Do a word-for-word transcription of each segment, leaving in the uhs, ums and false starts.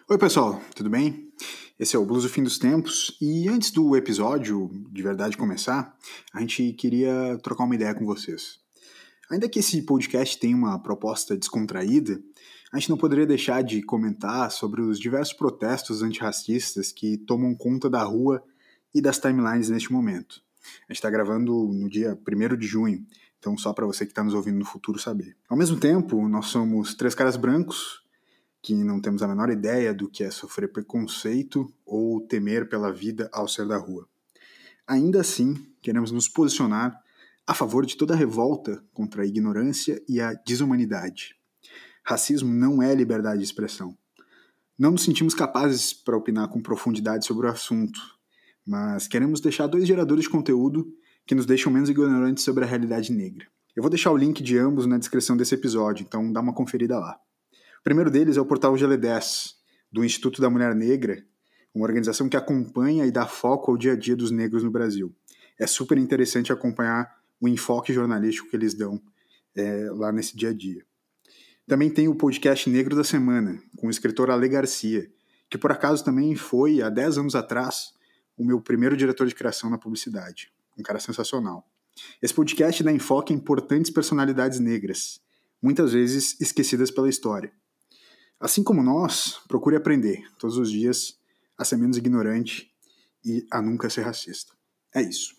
Oi pessoal, tudo bem? Esse é o Blues do Fim dos Tempos e antes do episódio de verdade começar, a gente queria trocar uma ideia com vocês. Ainda que esse podcast tenha uma proposta descontraída, a gente não poderia deixar de comentar sobre os diversos protestos antirracistas que tomam conta da rua e das timelines neste momento. A gente está gravando no dia primeiro de junho, então só para você que está nos ouvindo no futuro saber. Ao mesmo tempo, nós somos três caras brancos que não temos a menor ideia do que é sofrer preconceito ou temer pela vida ao sair da rua. Ainda assim, queremos nos posicionar a favor de toda revolta contra a ignorância e a desumanidade. Racismo não é liberdade de expressão. Não nos sentimos capazes para opinar com profundidade sobre o assunto, mas queremos deixar dois geradores de conteúdo que nos deixam menos ignorantes sobre a realidade negra. Eu vou deixar o link de ambos na descrição desse episódio, então dá uma conferida lá. O primeiro deles é o portal G L dez, do Instituto da Mulher Negra, uma organização que acompanha e dá foco ao dia a dia dos negros no Brasil. É super interessante acompanhar o enfoque jornalístico que eles dão é, lá nesse dia a dia. Também tem o podcast Negro da Semana, com o escritor Ale Garcia, que por acaso também foi, há dez anos atrás, o meu primeiro diretor de criação na publicidade. Um cara sensacional. Esse podcast dá enfoque em importantes personalidades negras, muitas vezes esquecidas pela história. Assim como nós, procure aprender, todos os dias, a ser menos ignorante e a nunca ser racista. É isso.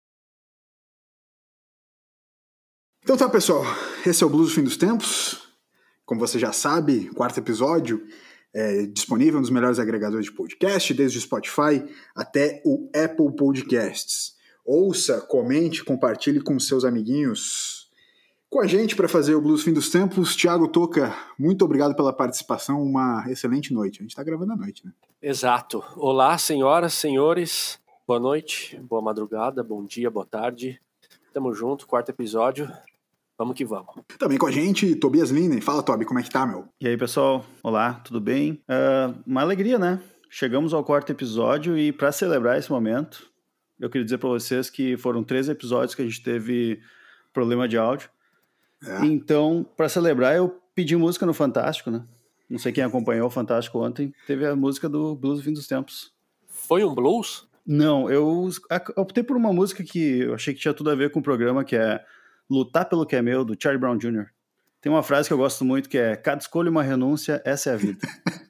Então tá, pessoal, esse é o Blues do Fim dos Tempos. Como você já sabe, quarto episódio é disponível nos melhores agregadores de podcast, desde o Spotify até o Apple Podcasts. Ouça, comente, compartilhe com seus amiguinhos. Com a gente para fazer o Blues Fim dos Tempos, Thiago Toca, muito obrigado pela participação, uma excelente noite. A gente está gravando à noite, né? Exato. Olá, senhoras, senhores, boa noite, boa madrugada, bom dia, boa tarde. Tamo junto, quarto episódio, vamos que vamos. Também com a gente, Tobias Linen. Fala, Tobi, como é que tá, meu? E aí, pessoal, olá, tudo bem? Uh, uma alegria, né? Chegamos ao quarto episódio e para celebrar esse momento, eu queria dizer para vocês que foram três episódios que a gente teve problema de áudio. É. Então, para celebrar, eu pedi música no Fantástico, né? Não sei quem acompanhou o Fantástico ontem, teve a música do Blues do Fim dos Tempos. Foi um blues? Não, eu optei por uma música que eu achei que tinha tudo a ver com o programa, que é Lutar pelo que é meu, do Charlie Brown júnior Tem uma frase que eu gosto muito, que é: cada escolha uma renúncia, essa é a vida.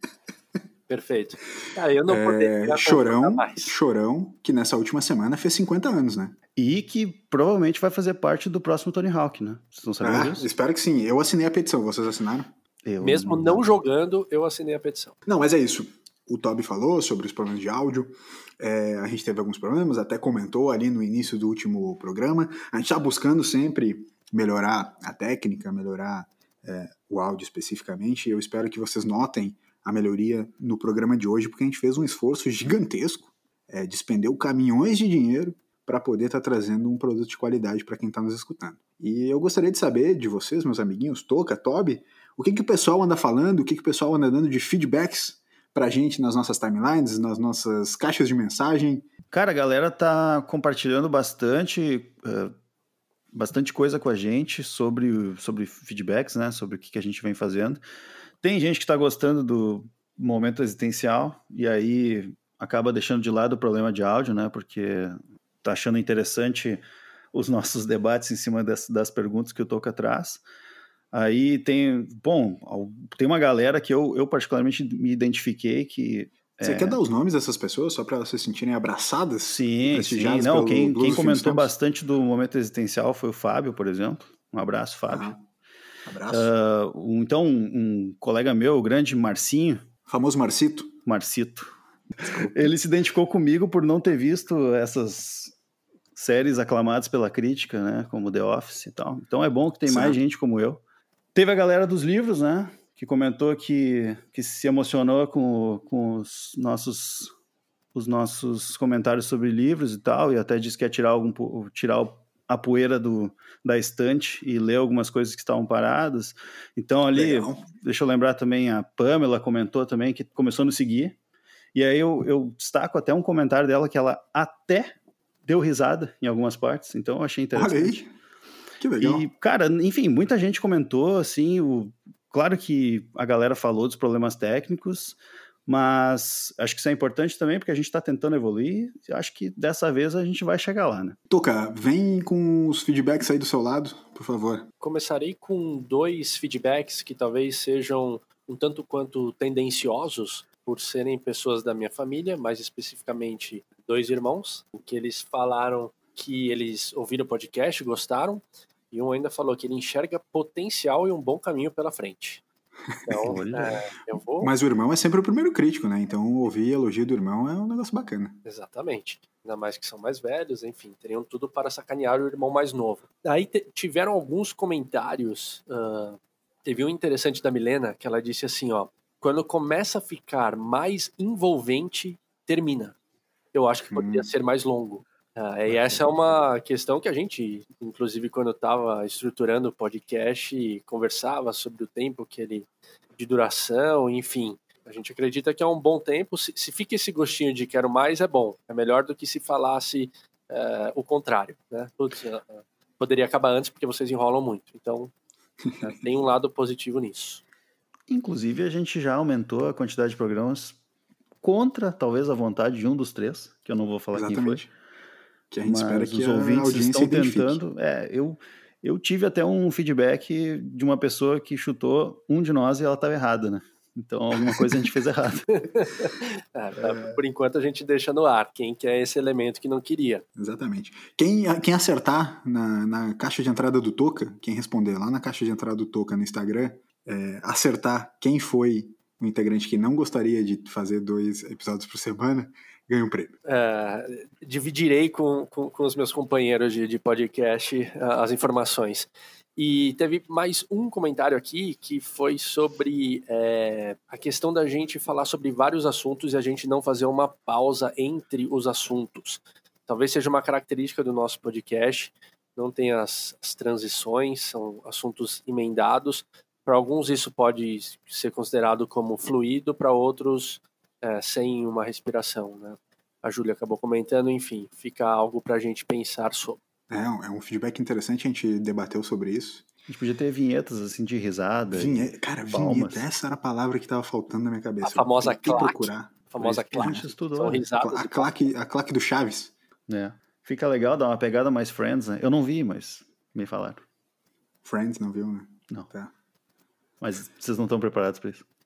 Perfeito. Ah, eu não é, poderia Chorão, mais. Chorão, que nessa última semana fez cinquenta anos, né? E que provavelmente vai fazer parte do próximo Tony Hawk, né? Vocês não sabem ah, disso? Espero que sim. Eu assinei a petição, vocês assinaram? Eu Mesmo não, não jogando, eu assinei a petição. Não, mas é isso. O Toby falou sobre os problemas de áudio. É, a gente teve alguns problemas, até comentou ali no início do último programa. A gente está buscando sempre melhorar a técnica, melhorar é, o áudio especificamente. Eu espero que vocês notem a melhoria no programa de hoje, porque a gente fez um esforço gigantesco, é, despendeu caminhões de dinheiro para poder estar tá trazendo um produto de qualidade para quem está nos escutando. E eu gostaria de saber de vocês, meus amiguinhos, Toca, Toby, o que, que o pessoal anda falando, o que, que o pessoal anda dando de feedbacks pra gente nas nossas timelines, nas nossas caixas de mensagem. Cara, a galera tá compartilhando bastante, uh, bastante coisa com a gente sobre, sobre feedbacks, né, sobre o que, que a gente vem fazendo. Tem gente que tá gostando do momento existencial e aí acaba deixando de lado o problema de áudio, né, porque tá achando interessante os nossos debates em cima das, das perguntas que o Toca traz. Aí tem, bom, tem uma galera que eu, eu particularmente me identifiquei que... Você é... quer dar os nomes dessas pessoas só para elas se sentirem abraçadas? Sim, sim. Não, quem, quem comentou bastante do momento existencial foi o Fábio, por exemplo. Um abraço, Fábio. Ah, abraço. Uh, então, um, um colega meu, o grande Marcinho... Famoso Marcito. Marcito. Desculpa. Ele se identificou comigo por não ter visto essas séries aclamadas pela crítica, né? Como The Office e tal. Então é bom que tem certo. Mais gente como eu. Teve a galera dos livros, né, que comentou que, que se emocionou com, com os, nossos, os nossos comentários sobre livros e tal, e até disse que ia tirar, algum, tirar a poeira do, da estante e ler algumas coisas que estavam paradas. Então ali, legal. Deixa eu lembrar também, a Pamela comentou também que começou a nos seguir, e aí eu, eu destaco até um comentário dela que ela até deu risada em algumas partes, então eu achei interessante. Olha aí. Que legal. E, cara, enfim, muita gente comentou, assim, o... claro que a galera falou dos problemas técnicos, Mas acho que isso é importante também, porque a gente está tentando evoluir, e acho que dessa vez a gente vai chegar lá, né? Tuca, vem com os feedbacks aí do seu lado, por favor. Começarei com dois feedbacks que talvez sejam um tanto quanto tendenciosos, por serem pessoas da minha família, mais especificamente dois irmãos, que eles falaram que eles ouviram o podcast, gostaram, e um ainda falou que ele enxerga potencial e um bom caminho pela frente. Então, é, eu vou... Mas o irmão é sempre o primeiro crítico, né? Então ouvir elogio do irmão é um negócio bacana. Exatamente. Ainda mais que são mais velhos, enfim, teriam tudo para sacanear o irmão mais novo. Aí te- tiveram alguns comentários. Uh, teve um interessante da Milena, que ela disse assim, ó, quando começa a ficar mais envolvente, termina. Eu acho que poderia Hum. ser mais longo. Uh, e essa é uma questão que a gente, inclusive quando eu estava estruturando o podcast, conversava sobre o tempo que ele de duração, enfim. A gente acredita que é um bom tempo. Se, se fica esse gostinho de quero mais, é bom. É melhor do que se falasse uh, o contrário, né? Putz, uh, poderia acabar antes porque vocês enrolam muito. Então, uh, tem um lado positivo nisso. Inclusive, a gente já aumentou a quantidade de programas contra, talvez, a vontade de um dos três, que eu não vou falar Exatamente. quem foi. Que a gente Mas espera que os a ouvintes audiência estão identifique. tentando. É, eu, eu tive até um feedback de uma pessoa que chutou um de nós e ela estava errada, né? Então, alguma coisa a gente fez errado. É, tá, por enquanto, a gente deixa no ar. Quem quer esse elemento que não queria. Exatamente. Quem, quem acertar na, na caixa de entrada do Toca, quem responder lá na caixa de entrada do Toca no Instagram, é, acertar quem foi o integrante que não gostaria de fazer dois episódios por semana, ganha um prêmio. É, dividirei com, com, com os meus companheiros de, de podcast uh, as informações. E teve mais um comentário aqui que foi sobre é, a questão da gente falar sobre vários assuntos e a gente não fazer uma pausa entre os assuntos. Talvez seja uma característica do nosso podcast, não tem as, as transições, são assuntos emendados. Para alguns isso pode ser considerado como fluido, para outros é, sem uma respiração, né? A Júlia acabou comentando, enfim, fica algo para a gente pensar sobre. É, é um feedback interessante, a gente debateu sobre isso. A gente podia ter vinhetas assim de risada. Vinheta, cara, palmas. vinheta, essa era a palavra que estava faltando na minha cabeça. A famosa eu tentei claque. procurar. A famosa Por isso que a claque. gente estudou, São né? risadas. A, a, e claque, a claque do Chaves. É. Fica legal, dá uma pegada mais Friends, né? Eu não vi, mas me falaram. Friends, não viu, né? Não. Tá. Mas vocês não estão preparados para isso.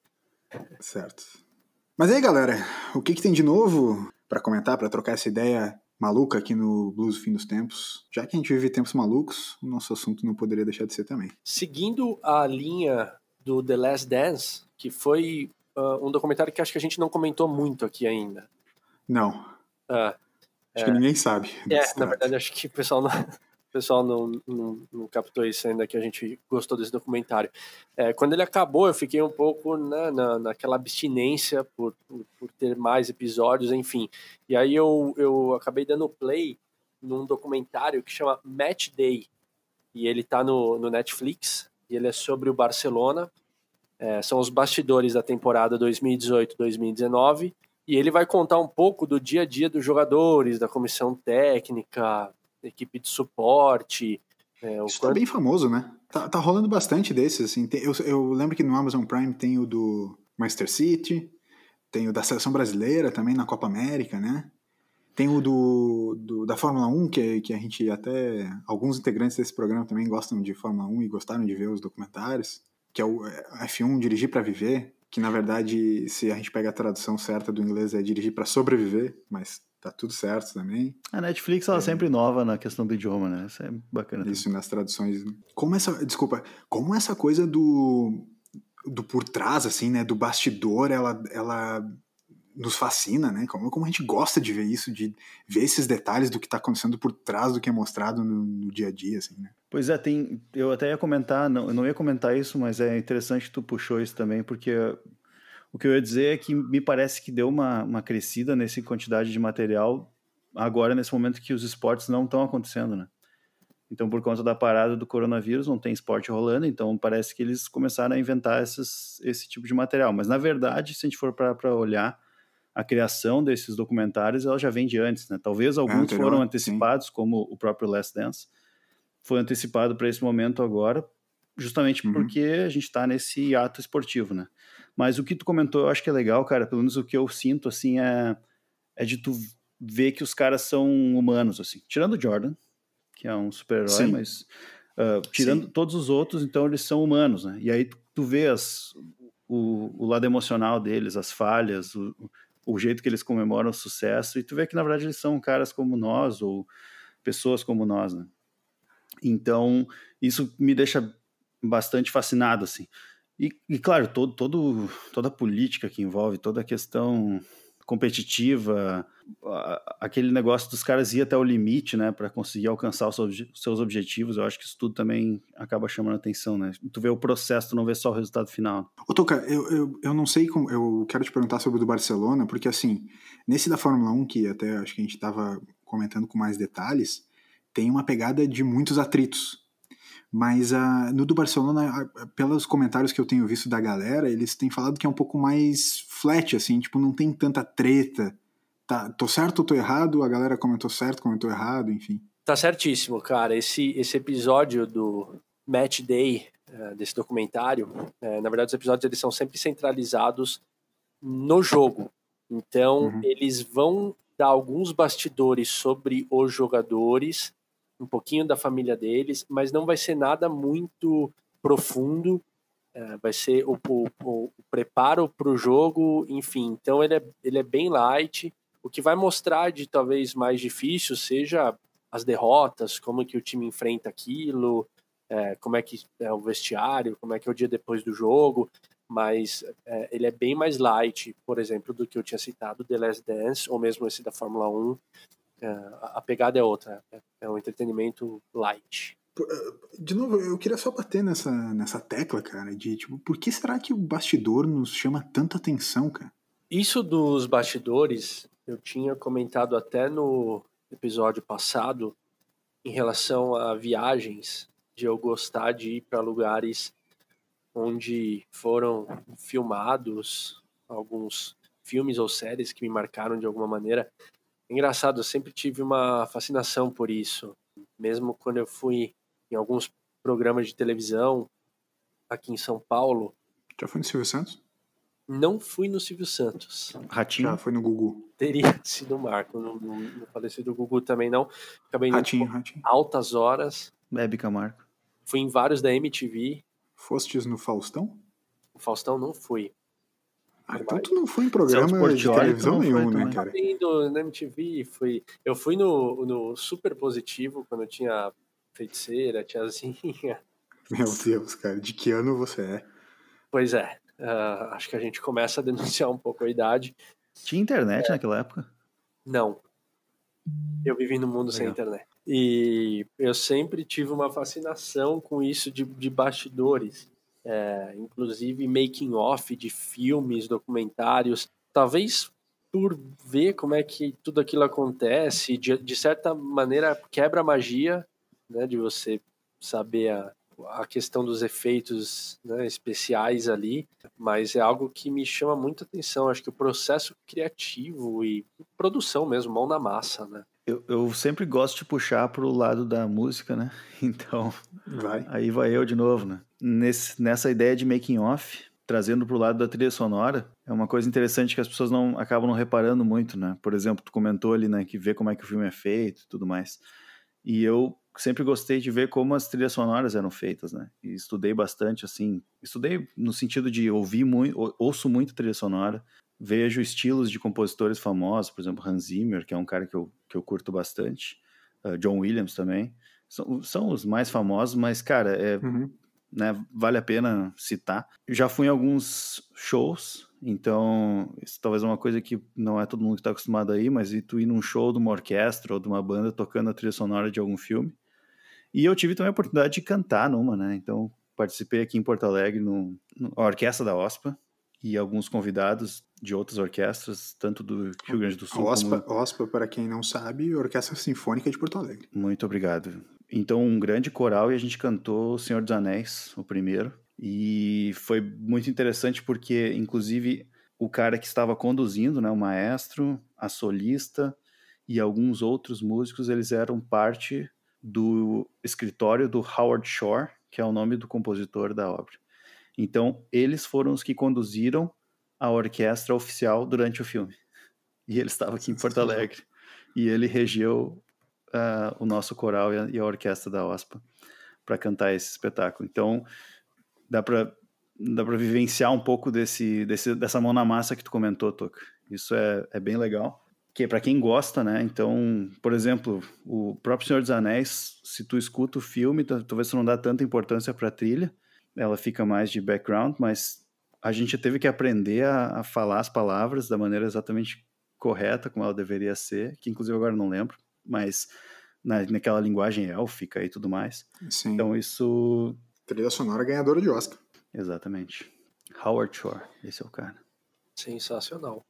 Certo. Mas aí, galera, o que, que tem de novo para comentar, para trocar essa ideia maluca aqui no Blues Fim dos Tempos? Já que a gente vive tempos malucos, o nosso assunto não poderia deixar de ser também. Seguindo a linha do The Last Dance, que foi uh, um documentário que acho que a gente não comentou muito aqui ainda. Não. Uh, acho é, que ninguém sabe. É, na verdade, acho que o pessoal não... O pessoal não, não, não captou isso ainda, que a gente gostou desse documentário. É, quando ele acabou, eu fiquei um pouco na, na, naquela abstinência por, por, por ter mais episódios, enfim. E aí eu, eu acabei dando play num documentário que chama Match Day. E ele tá no, no Netflix, e ele é sobre o Barcelona. É, são os bastidores da temporada dois mil e dezoito dois mil e dezenove. E ele vai contar um pouco do dia a dia dos jogadores, da comissão técnica, equipe de suporte. É, o Isso quanto... tá bem famoso, né? Tá, tá rolando bastante desses, assim. Tem, eu, eu lembro que no Amazon Prime tem o do Manchester City, tem o da Seleção Brasileira também na Copa América, né? Tem o do, do da Fórmula um, que, que a gente até... Alguns integrantes desse programa também gostam de Fórmula um e gostaram de ver os documentários, que é o F um, Dirigir para Viver, que na verdade, se a gente pega a tradução certa do inglês, é Dirigir para Sobreviver, mas... Tá tudo certo também. A Netflix, ela é sempre inova na questão do idioma, né? Isso é bacana. Isso, também. nas traduções. Como essa... Desculpa. Como essa coisa do... Do por trás, assim, né? Do bastidor, ela... ela nos fascina, né? Como, como a gente gosta de ver isso, de ver esses detalhes do que tá acontecendo por trás do que é mostrado no, no dia a dia, assim, né? Pois é, tem... Eu até ia comentar, não, eu não ia comentar isso, mas é interessante que tu puxou isso também, porque... O que eu ia dizer é que me parece que deu uma, uma crescida nessa quantidade de material agora, nesse momento que os esportes não estão acontecendo, né? Então, por conta da parada do coronavírus, não tem esporte rolando, então parece que eles começaram a inventar esses, esse tipo de material. Mas, na verdade, se a gente for para olhar a criação desses documentários, ela já vem de antes, né? Talvez alguns é, anterior, foram antecipados, sim. Como o próprio Last Dance. Foi antecipado para esse momento agora, justamente uhum. porque a gente está nesse ato esportivo, né? Mas o que tu comentou, eu acho que é legal, cara, pelo menos o que eu sinto, assim, é, é de tu ver que os caras são humanos, assim. Tirando o Jordan, que é um super-herói, Sim. mas uh, tirando Sim. todos os outros, então eles são humanos, né? E aí tu, tu vê as, o, o lado emocional deles, as falhas, o, o jeito que eles comemoram o sucesso, e tu vê que, na verdade, eles são caras como nós, ou pessoas como nós, né? Então, isso me deixa bastante fascinado, assim. E, e claro, todo, todo, toda a política que envolve, toda a questão competitiva, a, aquele negócio dos caras ir até o limite, né, para conseguir alcançar os obje- seus objetivos, eu acho que isso tudo também acaba chamando atenção, né? Tu vê o processo, tu não vê só o resultado final. Ô, Toca, eu, eu, eu não sei como. Eu quero te perguntar sobre o do Barcelona, porque assim, nesse da Fórmula um, que até acho que a gente estava comentando com mais detalhes, tem uma pegada de muitos atritos. Mas uh, no do Barcelona, uh, pelos comentários que eu tenho visto da galera, eles têm falado que é um pouco mais flat, assim, tipo, não tem tanta treta. Tá, tô certo ou tô errado? A galera comentou certo, comentou errado, enfim. Tá certíssimo, cara. Esse, esse episódio do Match Day, uh, desse documentário, uh, na verdade os episódios eles são sempre centralizados no jogo. Então, Uhum. eles vão dar alguns bastidores sobre os jogadores, um pouquinho da família deles, mas não vai ser nada muito profundo. É, vai ser o, o, o preparo para o jogo, enfim. Então, ele é, ele é bem light. O que vai mostrar de talvez mais difícil seja as derrotas, como que o time enfrenta aquilo, é, como é que é o vestiário, como é que é o dia depois do jogo. Mas é, ele é bem mais light, por exemplo, do que eu tinha citado, The Last Dance, ou mesmo esse da Fórmula um. É, a pegada é outra, é, é um entretenimento light. De novo, eu queria só bater nessa, nessa tecla, cara, de tipo, por que será que o bastidor nos chama tanta atenção, cara? Isso dos bastidores, eu tinha comentado até no episódio passado, em relação a viagens, de eu gostar de ir para lugares onde foram filmados alguns filmes ou séries que me marcaram de alguma maneira. Engraçado, eu sempre tive uma fascinação por isso. Mesmo quando eu fui em alguns programas de televisão aqui em São Paulo, Já foi no Silvio Santos? não fui no Silvio Santos. Ratinho? Já foi no Gugu. Teria sido o Marco, no, no, no falecido Gugu também não. Acabei indo Ratinho, Ratinho. altas horas. Hebe Camargo. Fui em vários da M T V. Fostes no Faustão? O Faustão não fui. Ah, então tu não foi em programa Celso de Portiolli, televisão tu não foi nenhum, né, também. cara? Acabei indo na M T V. Fui, eu fui no, no Super Positivo, quando tinha Feiticeira, Tiazinha. Meu Deus, cara, de que ano você é? Pois é, uh, acho que a gente começa a denunciar um pouco a idade. Tinha internet é. naquela época? Não. Eu vivi no mundo Legal. sem internet. E eu sempre tive uma fascinação com isso de, de bastidores. É, inclusive making off de filmes, documentários. Talvez por ver como é que tudo aquilo acontece, de, de certa maneira quebra a magia, né, de você saber a, a questão dos efeitos, né, especiais ali, mas é algo que me chama muita atenção. Acho que o processo criativo e produção mesmo, mão na massa, né? Eu, eu sempre gosto de puxar pro lado da música, né? Então, vai. aí vai eu de novo, né? Nesse, nessa ideia de making off, trazendo pro lado da trilha sonora, é uma coisa interessante que as pessoas não acabam não reparando muito, né? Por exemplo, tu comentou ali, né, que vê como é que o filme é feito e tudo mais. E eu sempre gostei de ver como as trilhas sonoras eram feitas, né? E estudei bastante, assim, estudei no sentido de ouvir muito, ouço muito trilha sonora, vejo estilos de compositores famosos, por exemplo, Hans Zimmer, que é um cara que eu, que eu curto bastante, uh, John Williams também, são, são os mais famosos, mas, cara, é, uhum. né, vale a pena citar. Já fui em alguns shows, então isso talvez é uma coisa que não é todo mundo que está acostumado aí, mas e tu ir num show de uma orquestra ou de uma banda tocando a trilha sonora de algum filme. E eu tive também a oportunidade de cantar numa, né? Então participei aqui em Porto Alegre no, no a orquestra da OSPA e alguns convidados de outras orquestras, tanto do Rio Grande do Sul a OSPA, como... OSPA, para quem não sabe, Orquestra Sinfônica de Porto Alegre. Muito obrigado. Então, um grande coral e a gente cantou O Senhor dos Anéis, o primeiro. E foi muito interessante porque, inclusive, o cara que estava conduzindo, né, o maestro, a solista e alguns outros músicos, eles eram parte do escritório do Howard Shore, que é o nome do compositor da obra. Então, eles foram os que conduziram a orquestra oficial durante o filme. E ele estava aqui em Porto Alegre. E ele regeu uh, o nosso coral e a, e a orquestra da OSPA para cantar esse espetáculo. Então, dá para dá para vivenciar um pouco desse, desse, dessa mão na massa que tu comentou, Toca. Isso é, é bem legal. Que é para quem gosta, né? Então, por exemplo, o próprio Senhor dos Anéis, se tu escuta o filme, talvez tu não dá tanta importância para a trilha, ela fica mais de background, mas a gente teve que aprender a, a falar as palavras da maneira exatamente correta, como ela deveria ser, que inclusive agora não lembro, mas na, naquela linguagem élfica e tudo mais. Sim. Então isso... Trilha sonora ganhadora de Oscar. Exatamente. Howard Shore, esse é o cara. Sensacional.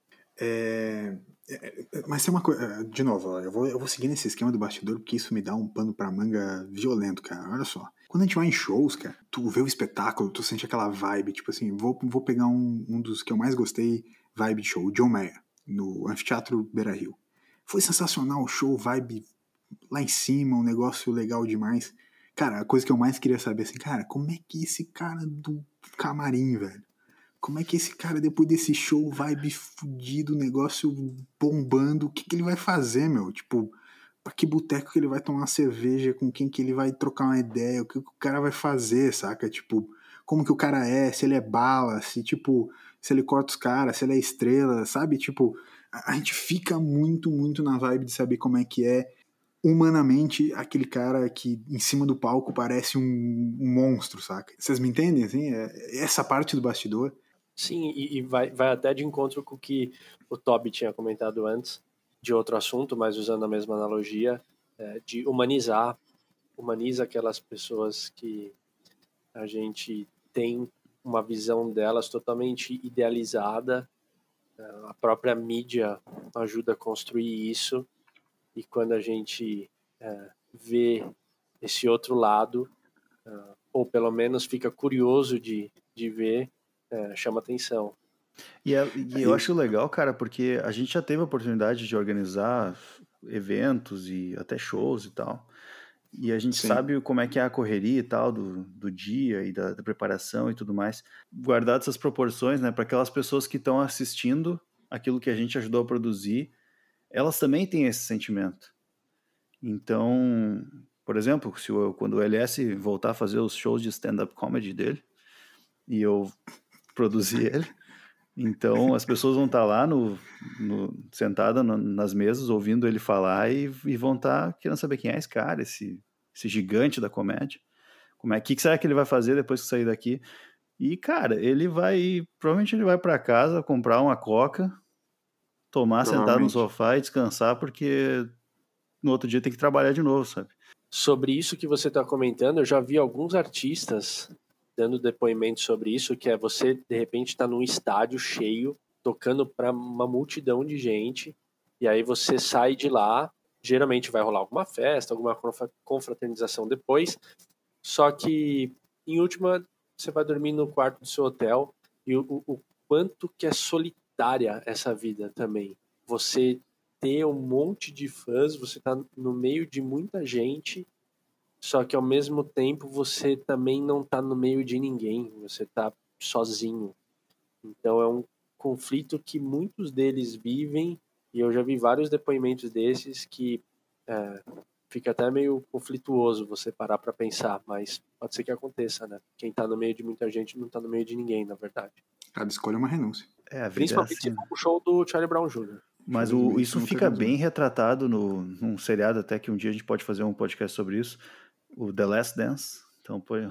É, é, mas tem uma coisa, de novo, ó, eu, vou, eu vou seguir nesse esquema do bastidor, porque isso me dá um pano pra manga violento, cara. Olha só. Quando a gente vai em shows, cara, tu vê o espetáculo, tu sente aquela vibe, tipo assim, vou, vou pegar um, um dos que eu mais gostei, vibe de show, o John Mayer, no Anfiteatro Beira-Rio. Foi sensacional o show, vibe lá em cima, um negócio legal demais. Cara, a coisa que eu mais queria saber, assim, cara, como é que esse cara do camarim, velho, como é que esse cara, depois desse show, vibe fudido, negócio bombando, o que, que ele vai fazer, meu? Tipo, pra que boteco que ele vai tomar uma cerveja, com quem que ele vai trocar uma ideia, o que, que o cara vai fazer, saca? Tipo, como que o cara é, se ele é bala, se, tipo, se ele corta os caras, se ele é estrela, sabe? Tipo, a, a gente fica muito, muito na vibe de saber como é que é humanamente aquele cara que em cima do palco parece um, um monstro, saca? Vocês me entendem, assim? É, essa parte do bastidor. Sim, e, e vai, vai até de encontro com o que o Toby tinha comentado antes, de outro assunto, mas usando a mesma analogia, é, de humanizar, humaniza aquelas pessoas que a gente tem uma visão delas totalmente idealizada, a própria mídia ajuda a construir isso, e quando a gente é, vê esse outro lado, é, ou pelo menos fica curioso de, de ver, é, chama atenção. E, é, e eu acho legal, cara, porque a gente já teve a oportunidade de organizar eventos e até shows e tal. E a gente Sim. sabe como é que é a correria e tal do, do dia e da, da preparação e tudo mais. Guardado essas proporções, né, para aquelas pessoas que estão assistindo aquilo que a gente ajudou a produzir, elas também têm esse sentimento. Então, por exemplo, se eu, quando o L S voltar a fazer os shows de stand-up comedy dele e eu produzir ele, então as pessoas vão estar lá no, no, sentada no, nas mesas ouvindo ele falar e, e vão estar querendo saber quem é esse cara, esse, esse gigante da comédia. Como é que, que será que ele vai fazer depois que sair daqui? E, cara, ele vai... Provavelmente ele vai para casa comprar uma coca, tomar sentado no sofá e descansar, porque no outro dia tem que trabalhar de novo, sabe? Sobre isso que você está comentando, eu já vi alguns artistas dando depoimento sobre isso, que é você, de repente, estar tá num estádio cheio, tocando para uma multidão de gente, e aí você sai de lá, geralmente vai rolar alguma festa, alguma confraternização depois, só que, em última, você vai dormir no quarto do seu hotel, e o, o, o quanto que é solitária essa vida também. Você ter um monte de fãs, você tá no meio de muita gente, só que ao mesmo tempo você também não tá no meio de ninguém, você tá sozinho. Então é um conflito que muitos deles vivem, e eu já vi vários depoimentos desses que é, fica até meio conflituoso você parar para pensar, mas pode ser que aconteça, né? Quem tá no meio de muita gente não tá no meio de ninguém, na verdade. Cada escolha é uma renúncia. É, a vida Principalmente é assim. o show do Charlie Brown júnior Mas o, isso fica bem retratado no, num seriado, até que um dia a gente pode fazer um podcast sobre isso, o The Last Dance. Então põe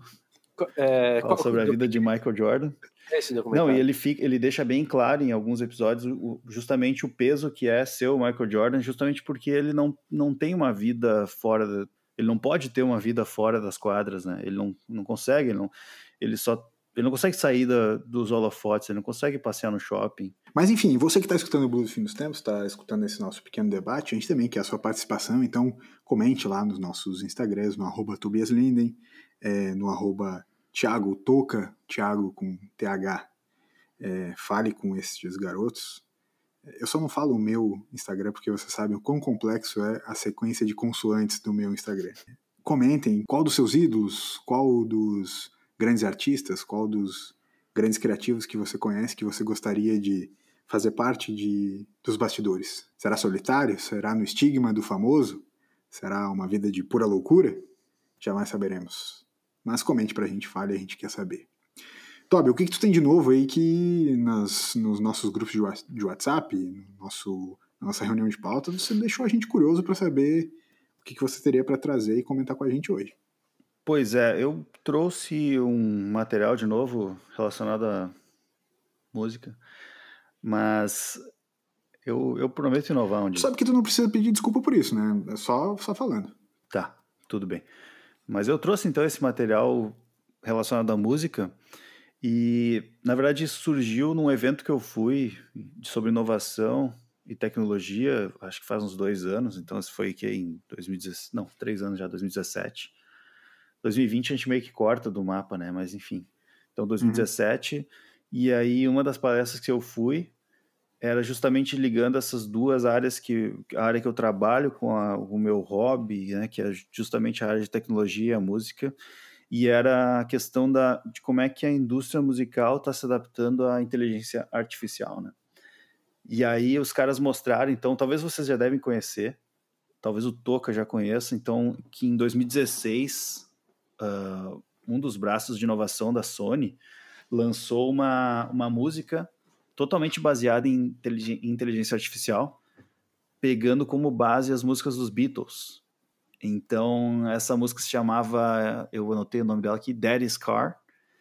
é, fala sobre a vida de Michael Jordan. Esse Não, e ele, fica, ele deixa bem claro em alguns episódios o, justamente o peso que é ser o Michael Jordan, justamente porque ele não, não tem uma vida fora, da, ele não pode ter uma vida fora das quadras, né? Ele não, não consegue, ele, não, ele só ele não consegue sair da, dos holofotes, ele não consegue passear no shopping. Mas enfim, você que está escutando o Blues do Fim dos Tempos, está escutando esse nosso pequeno debate, a gente também quer a sua participação, então comente lá nos nossos Instagrams, no arroba Tobias Linden, é, no arroba Thiago Toca, Thiago com T H, é, fale com esses garotos. Eu só não falo o meu Instagram porque você sabe o quão complexo é a sequência de consoantes do meu Instagram. Comentem qual dos seus ídolos, qual dos grandes artistas, qual dos grandes criativos que você conhece que você gostaria de fazer parte de, dos bastidores? Será solitário? Será no estigma do famoso? Será uma vida de pura loucura? Jamais saberemos. Mas comente pra gente, fale, a gente quer saber. Tobi, o que, que tu tem de novo aí que nas, nos nossos grupos de WhatsApp, no nosso, na nossa reunião de pauta, você deixou a gente curioso para saber o que, que você teria para trazer e comentar com a gente hoje? Pois é, eu trouxe um material de novo relacionado à música, mas eu, eu prometo inovar um dia. Sabe que tu não precisa pedir desculpa por isso, né? É só, só falando. Tá, tudo bem. Mas eu trouxe então esse material relacionado à música e, na verdade, isso surgiu num evento que eu fui sobre inovação e tecnologia, acho que faz uns dois anos, então isso foi que em dois mil e dezessete, não, três anos já, dois mil e dezessete. dois mil e vinte a gente meio que corta do mapa, né? Mas enfim. Então, dois mil e dezessete, uhum. E aí uma das palestras que eu fui era justamente ligando essas duas áreas, que a área que eu trabalho com a, o meu hobby, né? Que é justamente a área de tecnologia e a música, e era a questão da, de como é que a indústria musical está se adaptando à inteligência artificial, né? E aí os caras mostraram, então, talvez vocês já devem conhecer, talvez o Toca já conheça, então, que em dois mil e dezesseis... Uh, um dos braços de inovação da Sony lançou uma, uma música totalmente baseada em, intelig- em inteligência artificial, pegando como base as músicas dos Beatles. Então, essa música se chamava, eu anotei o nome dela aqui, Daddy's Car,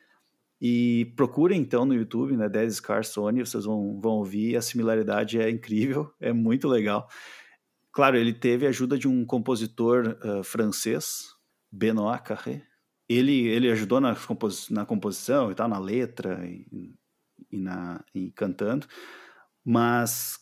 e procurem então no YouTube, né, Daddy's Car Sony, vocês vão, vão ouvir, a similaridade é incrível, é muito legal. Claro, ele teve a ajuda de um compositor uh, francês, Benoît Carré. Ele, ele ajudou na, compos, na composição e tal, na letra e, e, na, e cantando, mas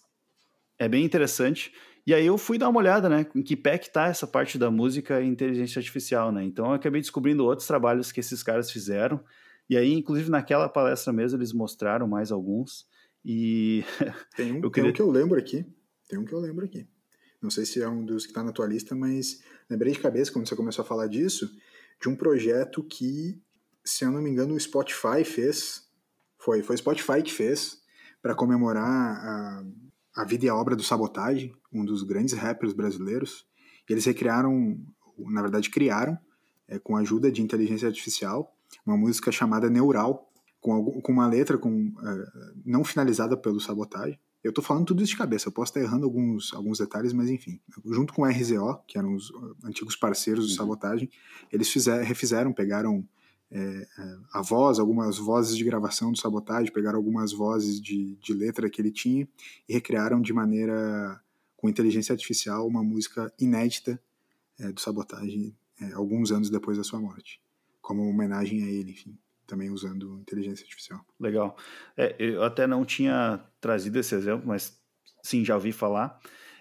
é bem interessante. E aí eu fui dar uma olhada, né, em que pé que tá essa parte da música e inteligência artificial, né? Então eu acabei descobrindo outros trabalhos que esses caras fizeram, e aí, inclusive, naquela palestra mesmo, eles mostraram mais alguns, e... Tem um, eu queria... tem um que eu lembro aqui, tem um que eu lembro aqui. Não sei se é um dos que tá na tua lista, mas lembrei de cabeça, quando você começou a falar disso, de um projeto que, se eu não me engano, o Spotify fez, foi, foi o Spotify que fez, para comemorar a, a vida e a obra do Sabotage, um dos grandes rappers brasileiros. E eles recriaram, na verdade criaram, é, com a ajuda de inteligência artificial, uma música chamada Neural, com, com uma letra com, uh, não finalizada pelo Sabotage. Eu tô falando tudo isso de cabeça, eu posso estar errando alguns, alguns detalhes, mas enfim. Junto com o R Z O, que eram os antigos parceiros do Sabotagem, eles fizeram, refizeram, pegaram é, a voz, algumas vozes de gravação do Sabotagem, pegaram algumas vozes de, de letra que ele tinha e recriaram de maneira, com inteligência artificial, uma música inédita é, do Sabotagem, é, alguns anos depois da sua morte, como homenagem a ele, enfim. Também usando inteligência artificial. Legal. É, eu até não tinha trazido esse exemplo, mas sim, já ouvi falar.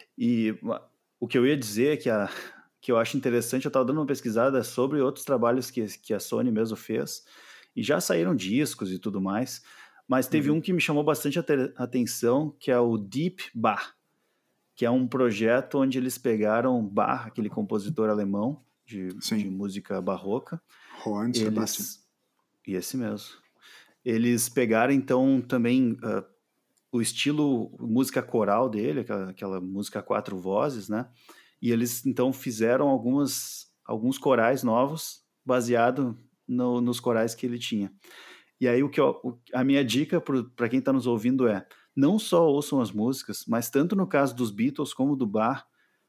E o que eu ia dizer é que, a, que eu acho interessante, eu estava dando uma pesquisada sobre outros trabalhos que, que a Sony mesmo fez, e já saíram discos e tudo mais, mas teve uhum. um que me chamou bastante a atenção, que é o Deep Bach, que é um projeto onde eles pegaram Bach, aquele compositor alemão de, de música barroca. Johann Sebastian. E esse mesmo. Eles pegaram, então, também uh, o estilo música coral dele, aquela, aquela música a quatro vozes, né? E eles, então, fizeram algumas, alguns corais novos baseado no, nos corais que ele tinha. E aí, o que eu, o, a minha dica para quem está nos ouvindo é, não só ouçam as músicas, mas tanto no caso dos Beatles como do Bach,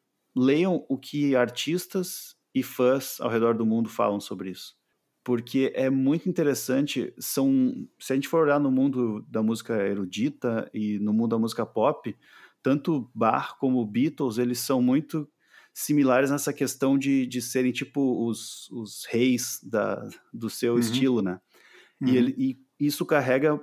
leiam o que artistas e fãs ao redor do mundo falam sobre isso. Porque é muito interessante, são, se a gente for olhar no mundo da música erudita e no mundo da música pop, tanto Bach como Beatles, eles são muito similares nessa questão de, de serem tipo os, os reis da, do seu uhum. estilo, né? Uhum. E, ele, e isso carrega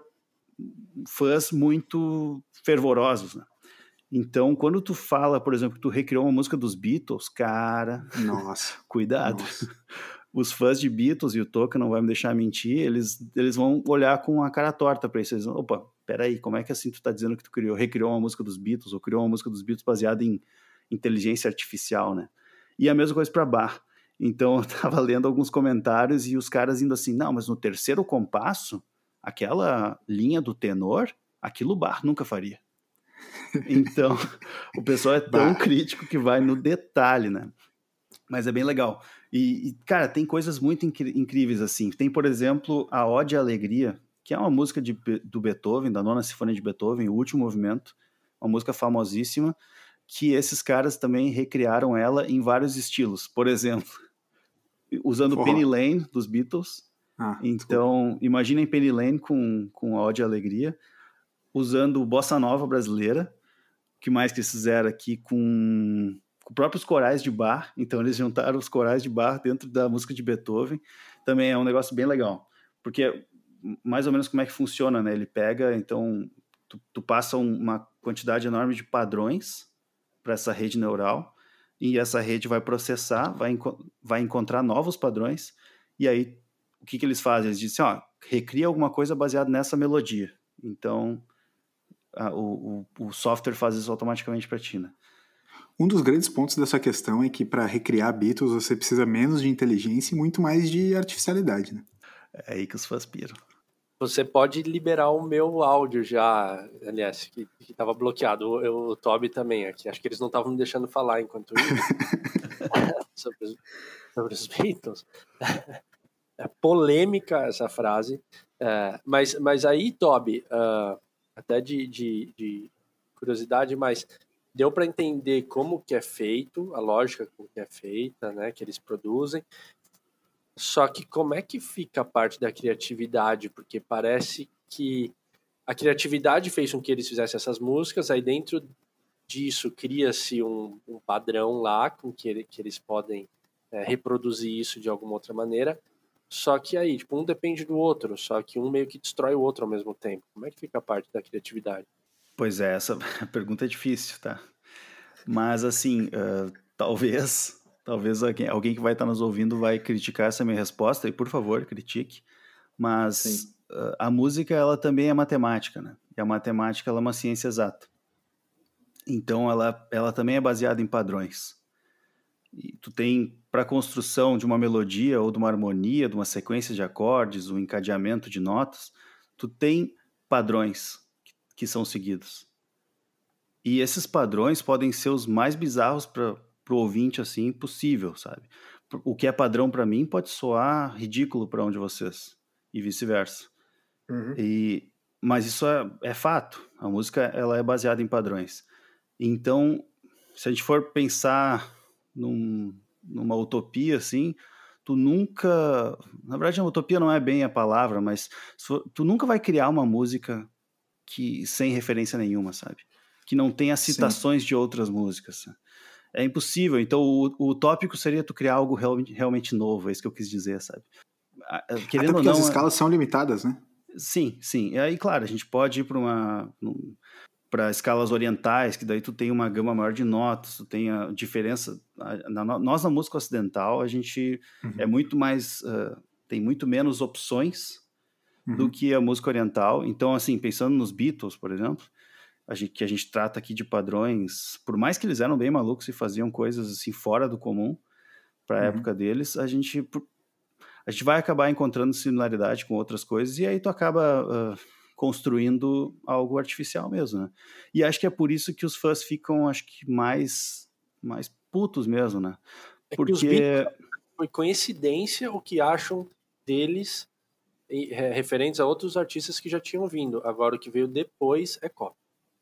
fãs muito fervorosos, né? Então, quando tu fala, por exemplo, que tu recriou uma música dos Beatles, cara... Nossa! Cuidado! Nossa. Os fãs de Beatles, e o Toca não vai me deixar mentir, eles, eles vão olhar com a cara torta pra isso. Eles vão, opa, peraí, como é que assim tu tá dizendo que tu criou, recriou uma música dos Beatles, ou criou uma música dos Beatles baseada em inteligência artificial, né? E a mesma coisa pra Bach. Então eu tava lendo alguns comentários e os caras indo assim, não, mas no terceiro compasso, aquela linha do tenor, aquilo o Bach nunca faria. Então, o pessoal é tão bah. crítico que vai no detalhe, né? Mas é bem legal. E, e cara, tem coisas muito incri- incríveis assim. Tem, por exemplo, a Ode à Alegria, que é uma música de, do Beethoven, da Nona Sinfonia de Beethoven, o último movimento, uma música famosíssima, que esses caras também recriaram ela em vários estilos. Por exemplo, usando oh. Penny Lane, dos Beatles. Ah, então, desculpa. Imaginem Penny Lane com, com a Ode à Alegria, usando Bossa Nova brasileira. O que mais que eles fizeram aqui com, com próprios corais de Bach. Então, eles juntaram os corais de Bach dentro da música de Beethoven. Também é um negócio bem legal. Porque, mais ou menos, como é que funciona, né? Ele pega, então, tu, tu passa uma quantidade enorme de padrões para essa rede neural, e essa rede vai processar, vai, enco- vai encontrar novos padrões, e aí, o que, que eles fazem? Eles dizem, ó, recria alguma coisa baseada nessa melodia. Então, a, o, o, o software faz isso automaticamente para ti, né? Um dos grandes pontos dessa questão é que para recriar Beatles você precisa menos de inteligência e muito mais de artificialidade, né? É aí que os fãs piram. Você pode liberar o meu áudio já, aliás, que estava bloqueado. O, o Toby também aqui. Acho que eles não estavam me deixando falar enquanto isso. sobre, os, sobre os Beatles. É polêmica essa frase. É, mas, mas aí, Toby, uh, até de, de, de curiosidade, mas deu para entender como que é feito, a lógica com que é feita, né, que eles produzem. Só que como é que fica a parte da criatividade? Porque parece que a criatividade fez com que eles fizessem essas músicas, aí dentro disso cria-se um, um padrão lá com que, ele, que eles podem é, reproduzir isso de alguma outra maneira. Só que aí, tipo, um depende do outro, só que um meio que destrói o outro ao mesmo tempo. Como é que fica a parte da criatividade? Pois é, essa pergunta é difícil, tá? Mas assim, uh, talvez... Talvez alguém, alguém que vai estar nos ouvindo vai criticar essa minha resposta, e por favor, critique. Mas uh, a música, ela também é matemática, né? E a matemática, ela é uma ciência exata. Então, ela, ela também é baseada em padrões. E tu tem, para a construção de uma melodia, ou de uma harmonia, de uma sequência de acordes, um encadeamento de notas, tu tem padrões que, que são seguidos. E esses padrões podem ser os mais bizarros para pro ouvinte, assim, possível, sabe? O que é padrão para mim pode soar ridículo para um de vocês, e vice-versa. Uhum. E, mas isso é, é fato. A música, ela é baseada em padrões. Então, se a gente for pensar num, numa utopia, assim, tu nunca... Na verdade, a utopia não é bem a palavra, mas tu nunca vai criar uma música que, sem referência nenhuma, sabe? Que não tenha citações Sim. de outras músicas, sabe? É impossível. Então, o, o utópico seria tu criar algo realmente, realmente novo. É isso que eu quis dizer, sabe? Querendo Até porque ou não, as escalas são limitadas, né? Sim, sim. E aí, claro, a gente pode ir para uma... para escalas orientais, que daí tu tem uma gama maior de notas, tu tem a diferença... Na, nós, na música ocidental, a gente uhum. é muito mais... Uh, tem muito menos opções uhum. do que a música oriental. Então, assim, pensando nos Beatles, por exemplo... A gente, que a gente trata aqui de padrões, por mais que eles eram bem malucos e faziam coisas assim fora do comum para a uhum. época deles, a gente, a gente vai acabar encontrando similaridade com outras coisas e aí tu acaba uh, construindo algo artificial mesmo, né? E acho que é por isso que os fãs ficam, acho que mais, mais putos mesmo, né? Porque... É que os Beatles, foi coincidência o que acham deles referentes a outros artistas que já tinham vindo. Agora o que veio depois é cópia.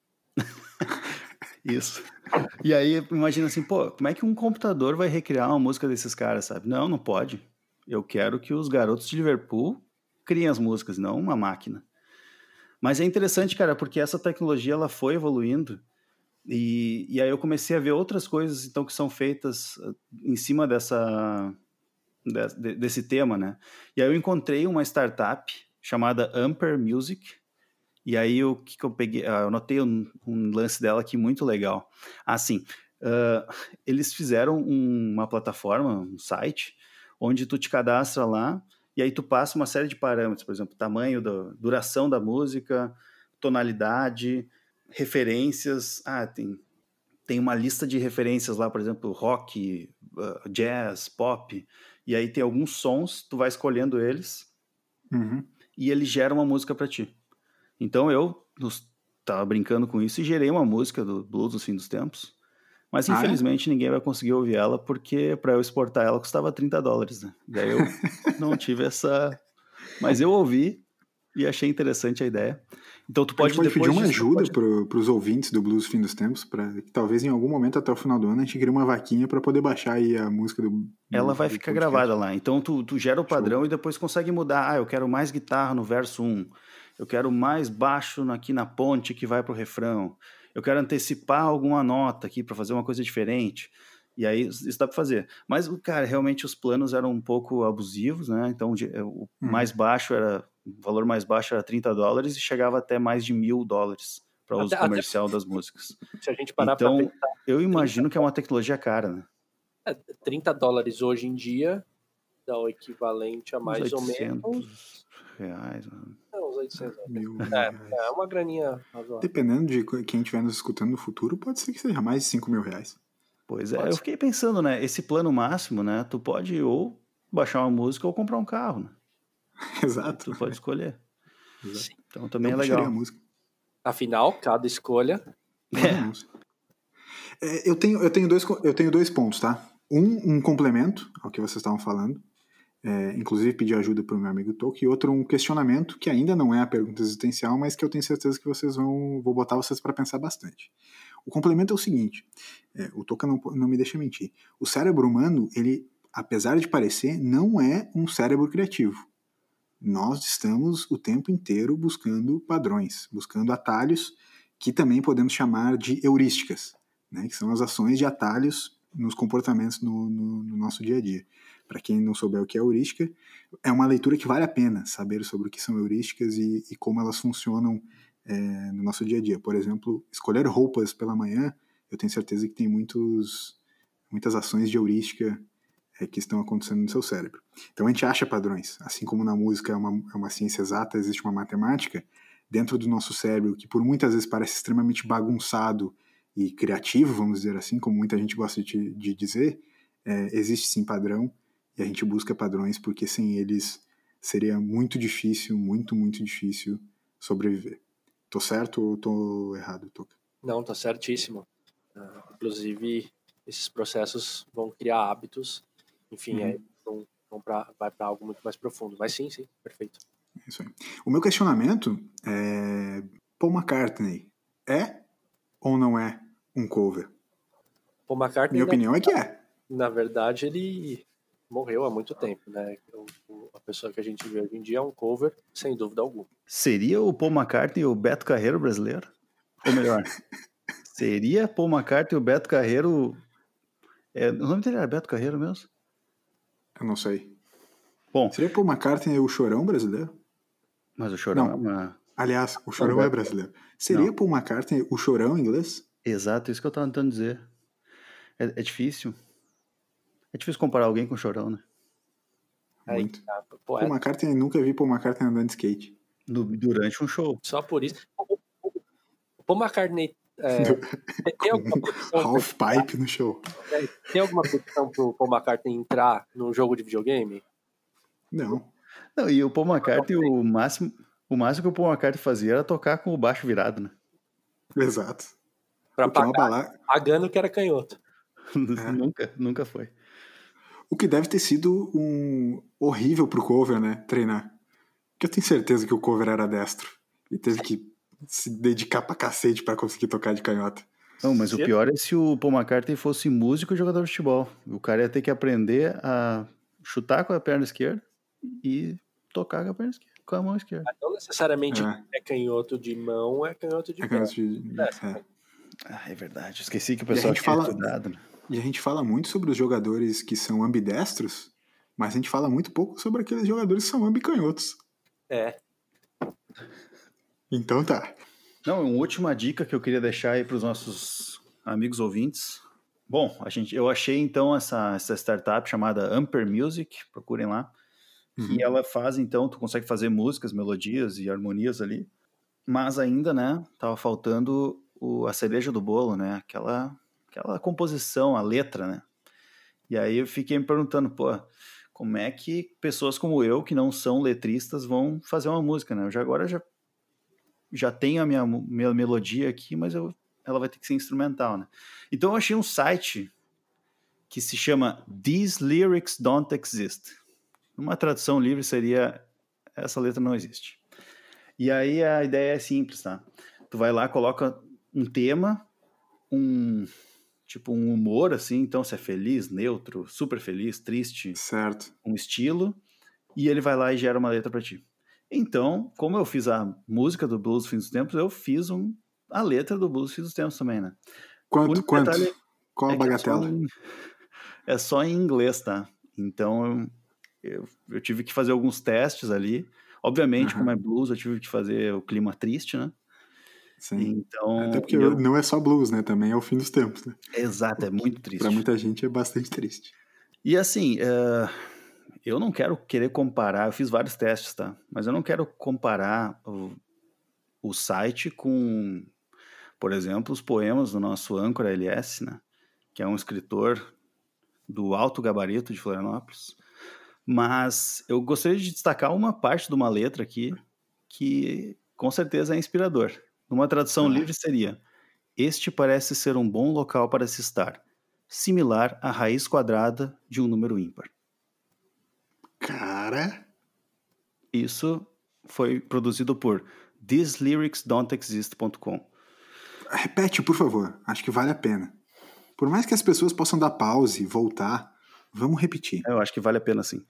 Isso. E aí, imagina assim, pô, como é que um computador vai recriar uma música desses caras, sabe? Não, não pode. Eu quero que os garotos de Liverpool criem as músicas, não uma máquina. Mas é interessante, cara, porque essa tecnologia, ela foi evoluindo e, e aí eu comecei a ver outras coisas, então, que são feitas em cima dessa, de, desse tema, né? E aí eu encontrei uma startup chamada Ampere Music. E aí, o que, que eu peguei? Eu notei um, um lance dela aqui muito legal. Assim, uh, eles fizeram um, uma plataforma, um site, onde tu te cadastra lá, e aí tu passa uma série de parâmetros, por exemplo, tamanho, da, duração da música, tonalidade, referências. Ah, tem, tem uma lista de referências lá, por exemplo, rock, uh, jazz, pop, e aí tem alguns sons, tu vai escolhendo eles, uhum. e ele gera uma música para ti. Então eu estava brincando com isso e gerei uma música do Blues dos Fim dos Tempos, mas infelizmente ah, é? ninguém vai conseguir ouvir ela, porque para eu exportar ela custava trinta dólares, né? Daí eu não tive essa... Mas eu ouvi e achei interessante a ideia. Então tu pode, a gente pode depois pedir uma disso, ajuda pode... para os ouvintes do Blues Fim dos Tempos, para que talvez em algum momento até o final do ano a gente crie uma vaquinha para poder baixar aí a música do, do Ela vai do ficar podcast. gravada lá. Então tu, tu gera o padrão Show. E depois consegue mudar. Ah, eu quero mais guitarra no verso um. Eu quero mais baixo aqui na ponte que vai pro refrão. Eu quero antecipar alguma nota aqui para fazer uma coisa diferente. E aí isso dá para fazer. Mas, cara, realmente os planos eram um pouco abusivos, né? Então o mais uhum. baixo era... O valor mais baixo era trinta dólares e chegava até mais de mil dólares para uso até, comercial até... das músicas. Se a gente parar então, pra pensar, eu imagino trinta que é uma tecnologia cara, né? É, trinta dólares hoje em dia dá o equivalente a mais uns oitocentos ou menos... reais. Mano. É, uns oitocentos mil é, é uma graninha razoável. Dependendo de quem estiver nos escutando no futuro, pode ser que seja mais de cinco mil reais. Pois é, pode eu ser. Fiquei pensando, né? Esse plano máximo, né? Tu pode ou baixar uma música ou comprar um carro, né? Exato. Tu pode escolher. Exato. Então também eu é legal. A música. Afinal, cada escolha... É. É, eu, tenho, eu, tenho dois, eu tenho dois pontos, tá? Um, um complemento ao que vocês estavam falando. É, inclusive pedir ajuda para o meu amigo Toco. E outro, um questionamento que ainda não é a pergunta existencial, mas que eu tenho certeza que vocês vão... Vou botar vocês para pensar bastante. O complemento é o seguinte. É, o Toca não, não me deixa mentir. O cérebro humano, ele, apesar de parecer, não é um cérebro criativo. Nós estamos o tempo inteiro buscando padrões, buscando atalhos, que também podemos chamar de heurísticas, né, que são as ações de atalhos nos comportamentos no, no, no nosso dia a dia. Para quem não souber o que é heurística, é uma leitura que vale a pena saber sobre o que são heurísticas e, e como elas funcionam é, no nosso dia a dia. Por exemplo, escolher roupas pela manhã, eu tenho certeza que tem muitos, muitas ações de heurística é, que estão acontecendo no seu cérebro. Então a gente acha padrões, assim como na música é uma, é uma ciência exata, existe uma matemática, dentro do nosso cérebro, que por muitas vezes parece extremamente bagunçado e criativo, vamos dizer assim, como muita gente gosta de, de dizer, é, existe sim padrão, e a gente busca padrões porque sem eles seria muito difícil, muito, muito difícil sobreviver. Tô certo ou tô errado, Toca? Não, tá certíssimo. Uh, inclusive, esses processos vão criar hábitos, enfim, uhum. aí vão, vão pra, vai para algo muito mais profundo. Mas sim, sim, perfeito. Isso aí. O meu questionamento é: Paul McCartney é ou não é um cover? Paul McCartney, minha opinião na, é que é. Na verdade, ele morreu há muito tempo, né? O, o, a pessoa que a gente vê hoje em dia é um cover, sem dúvida alguma. Seria o Paul McCartney o Beto Carreiro brasileiro? Ou melhor, seria Paul McCartney o Beto Carreiro... É, o nome dele era Beto Carreiro mesmo? Eu não sei. Bom, seria Paul McCartney o Chorão brasileiro? Mas o Chorão não. é uma... Aliás, o Chorão não, é brasileiro. Seria não. Paul McCartney o Chorão em inglês? Exato, isso que eu tava tentando dizer. É, é difícil. É difícil comparar alguém com o Chorão, né? Muito. Aí, tá, Paul McCartney, nunca vi Paul McCartney andando de skate. No, durante um show. Só por isso. O Paul McCartney... É, tem alguma half pipe no show. Tem alguma petição pro Paul McCartney entrar num jogo de videogame? Não. Não, e o Paul McCartney, o máximo, o máximo que o Paul McCartney fazia era tocar com o baixo virado, né? Exato. Pra pagar, bala... pagando que era canhoto. É. nunca, nunca foi. O que deve ter sido um horrível pro cover, né? Treinar. Porque eu tenho certeza que o cover era destro. E teve que se dedicar pra cacete pra conseguir tocar de canhota. Não, mas o pior é se o Paul McCartney fosse músico e jogador de futebol. O cara ia ter que aprender a chutar com a perna esquerda e tocar com a perna esquerda, com a mão esquerda. Não necessariamente é, é canhoto de mão, é canhoto de é pé. Canhoto de... É. É. Ah, é verdade. Esqueci que o pessoal tinha fala... estudado. Né? E a gente fala muito sobre os jogadores que são ambidestros, mas a gente fala muito pouco sobre aqueles jogadores que são ambicanhotos. É. Então tá. Não, uma última dica que eu queria deixar aí para os nossos amigos ouvintes. Bom, a gente, eu achei então essa, essa startup chamada Amper Music, procurem lá, uhum. que ela faz então, tu consegue fazer músicas, melodias e harmonias ali, mas ainda, né, tava faltando o, a cereja do bolo, né, aquela, aquela composição, a letra, né. E aí eu fiquei me perguntando, pô, como é que pessoas como eu, que não são letristas, vão fazer uma música, né? Eu já, agora já, já tenho a minha, minha melodia aqui, mas eu, ela vai ter que ser instrumental, né? Então eu achei um site que se chama These Lyrics Don't Exist. Uma tradução livre seria essa letra não existe. E aí a ideia é simples, tá? Tu vai lá, coloca um tema, um tipo um humor, assim, então se é feliz, neutro, super feliz, triste, certo, um estilo, e ele vai lá e gera uma letra para ti. Então, como eu fiz a música do Blues do Fim dos Tempos, eu fiz um, a letra do Blues do Fim dos Tempos também, né? Quanto, quanto? Qual a bagatela? É só, em, é só em inglês, tá? Então, eu, eu tive que fazer alguns testes ali. Obviamente, uhum. como é blues, eu tive que fazer o clima triste, né? Sim. Então, até porque eu... não é só blues, né? Também é o fim dos tempos, né? Exato, é muito triste. Pra muita gente é bastante triste. E assim, uh, eu não quero querer comparar, eu fiz vários testes, tá? Mas eu não quero comparar o, o site com, por exemplo, os poemas do nosso âncora L S, né? Que é um escritor do alto gabarito de Florianópolis. Mas eu gostaria de destacar uma parte de uma letra aqui que com certeza é inspirador. Uma tradução ah. livre seria: este parece ser um bom local para se estar, similar à raiz quadrada de um número ímpar. Cara... Isso foi produzido por this lyrics don't exist ponto com. Repete, por favor. Acho que vale a pena. Por mais que as pessoas possam dar pause e voltar, vamos repetir. Eu acho que vale a pena, sim.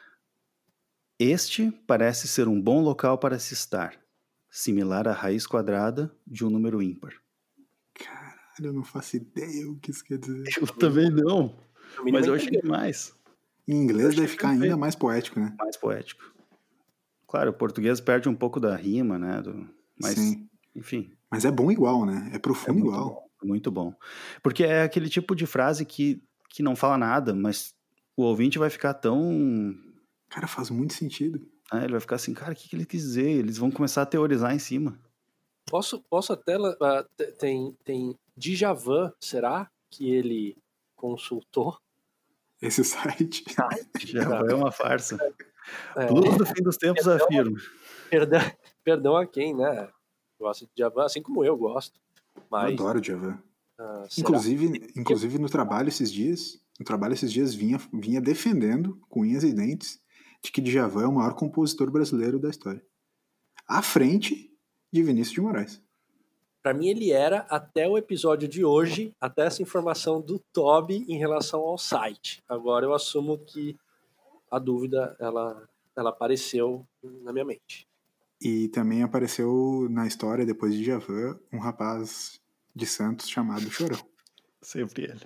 Este parece ser um bom local para se estar, similar à raiz quadrada de um número ímpar. Caralho, eu não faço ideia o que isso quer dizer. Eu também não, mas eu achei demais. Em inglês deve ficar ainda mais poético, né? Mais poético. Claro, o português perde um pouco da rima, né? Do... Mas, sim. Enfim. Mas é bom igual, né? É profundo é muito igual. Bom, muito bom. Porque é aquele tipo de frase que, que não fala nada, mas o ouvinte vai ficar tão... Cara, faz muito sentido. Ah, ele vai ficar assim, cara, o que, que ele quis dizer? Eles vão começar a teorizar em cima. Posso, posso até... Uh, tem, tem Djavan, será que ele consultou? Esse site? Djavan é uma farsa. É, Blues do Fim dos Tempos perdão, afirma. Perdão, perdão a quem, né? Gosta de Djavan, assim como eu gosto. Mas, eu adoro Djavan. Uh, inclusive, inclusive no trabalho esses dias, no trabalho esses dias vinha, vinha defendendo, com unhas e dentes, de que Djavan é o maior compositor brasileiro da história. À frente de Vinícius de Moraes. Para mim ele era até o episódio de hoje, até essa informação do Toby em relação ao site. Agora eu assumo que a dúvida, ela, ela apareceu na minha mente. E também apareceu na história, depois de Djavan, um rapaz de Santos chamado Chorão. Sempre ele.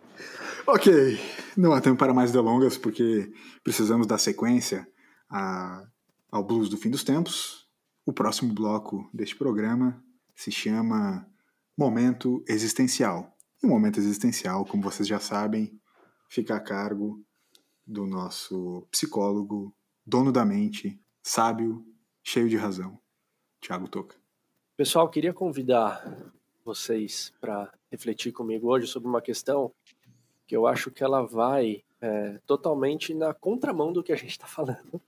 Ok, não há tempo para mais delongas, porque precisamos dar sequência a, ao Blues do Fim dos Tempos. O próximo bloco deste programa se chama Momento Existencial. E o Momento Existencial, como vocês já sabem, fica a cargo do nosso psicólogo, dono da mente, sábio, cheio de razão, Thiago Toca. Pessoal, queria convidar vocês para refletir comigo hoje sobre uma questão que eu acho que ela vai é, totalmente na contramão do que a gente está falando,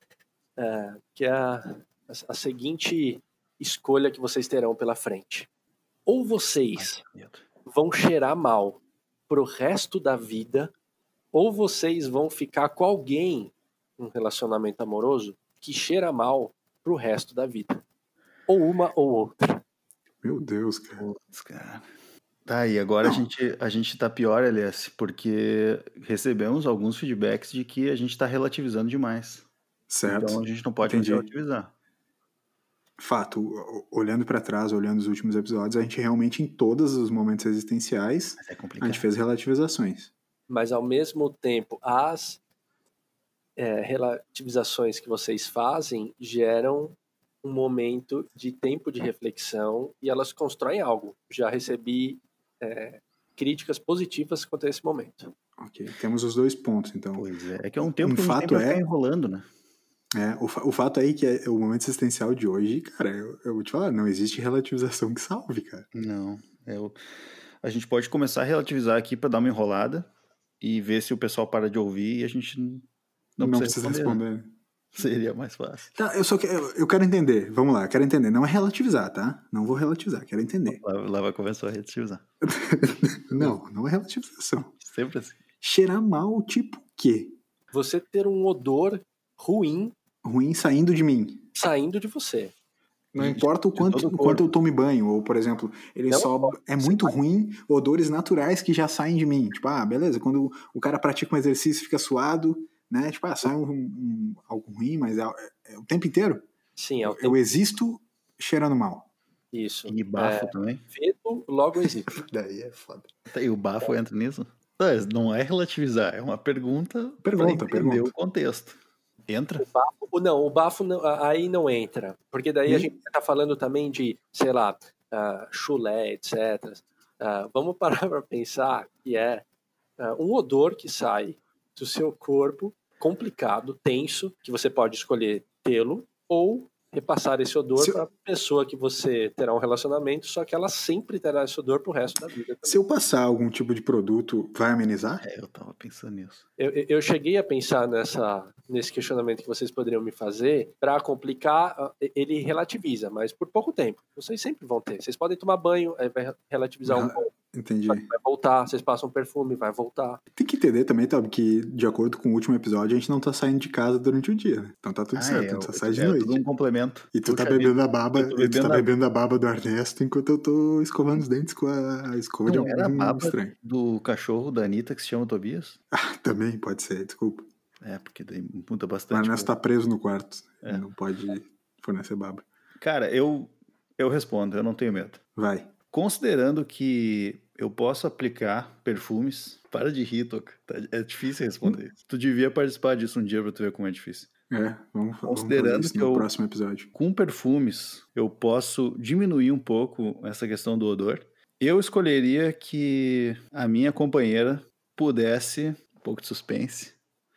é, que é a, a seguinte escolha que vocês terão pela frente. Ou vocês vão cheirar mal pro resto da vida, ou vocês vão ficar com alguém, um relacionamento amoroso, que cheira mal pro resto da vida. Ou uma ou outra. Meu Deus, cara. Putz, cara. Tá, e agora a gente, a gente tá pior, L S, porque recebemos alguns feedbacks de que a gente tá relativizando demais. Certo. Então a gente não pode mais relativizar. Fato, olhando para trás, olhando os últimos episódios, a gente realmente, em todos os momentos existenciais, é a gente fez relativizações. Mas, ao mesmo tempo, as é, relativizações que vocês fazem geram um momento de tempo de reflexão e elas constroem algo. Já recebi é, críticas positivas quanto a esse momento. Ok, temos os dois pontos, então. Pois é, é que é um tempo um que a gente fato tem é... enrolando, né? É, o, o fato aí que é o momento existencial de hoje, cara, eu, eu vou te falar, não existe relativização que salve, cara. Não, eu, a gente pode começar a relativizar aqui para dar uma enrolada e ver se o pessoal para de ouvir e a gente não, Não precisa precisa responder. responder. Seria mais fácil. Tá, eu só quero, eu quero entender. Vamos lá, eu quero entender. Não é relativizar, tá? Não vou relativizar, quero entender. Lá, lá vai começar a relativizar. Não, não é relativização. Sempre assim. Cheirar mal, tipo o quê? Você ter um odor ruim Ruim saindo de mim. saindo de você. Não De- importa o de quanto, todo o o quanto corpo. eu tome banho, ou, por exemplo, ele Não só importa. é muito ruim odores naturais que já saem de mim. Tipo, ah, beleza, quando o cara pratica um exercício fica suado, né? Tipo, ah, sai um, um- algo ruim, mas é, é o tempo inteiro. Sim, é o Eu, tempo. eu existo cheirando mal. Isso. E bafo É, também. feito, logo existe. Daí é foda. E o bafo entra nisso? Não é relativizar, é uma pergunta para Pergunta, entender pergunta. o contexto. Entra? O bafo, não, o bafo não- aí não entra. Porque daí a E? gente tá falando também de, sei lá, ah, chulé, etcétera. Ah, vamos parar para pensar que é ah, um odor que sai do seu corpo complicado, tenso, que você pode escolher tê-lo ou repassar esse odor Se eu- para a pessoa que você terá um relacionamento, só que ela sempre terá esse odor pro resto da vida também. Se eu passar algum tipo de produto, vai amenizar? É, eu tava pensando nisso. Eu, eu cheguei a pensar nessa, nesse questionamento que vocês poderiam me fazer. Para complicar, ah, ele relativiza, mas por pouco tempo. Vocês sempre vão ter. Vocês podem tomar banho, aí vai relativizar um Ah, pouco, Entendi. vai voltar. Vocês passam perfume, vai voltar. Tem que entender também, tá? Que de acordo com o último episódio, a gente não tá saindo de casa durante o dia, né? Então tá tudo Ah, certo, é, a gente só é, sai de é noite. tudo um complemento. E tu tá Puxa bebendo vida. a baba, Eu tô e tu bebendo tá a- bebendo a baba do Ernesto enquanto eu tô escovando os dentes com a escova Não de era a algum baba estranho. do cachorro da Anitta que se chama Tobias? Ah, também pode ser, desculpa. É, porque daí muda O bastante. Ernesto tá preso no quarto. É. Não pode fornecer baba. Cara, eu, eu respondo, eu não tenho medo. Vai. Considerando que eu posso aplicar perfumes. Para de rir, Toca. Tá- É difícil responder isso. Tu devia participar disso um dia pra tu ver como é difícil. É, vamos, vamos fazer Considerando isso que no eu- próximo episódio. Com perfumes, eu posso diminuir um pouco essa questão do odor. Eu escolheria que a minha companheira pudesse, um pouco de suspense,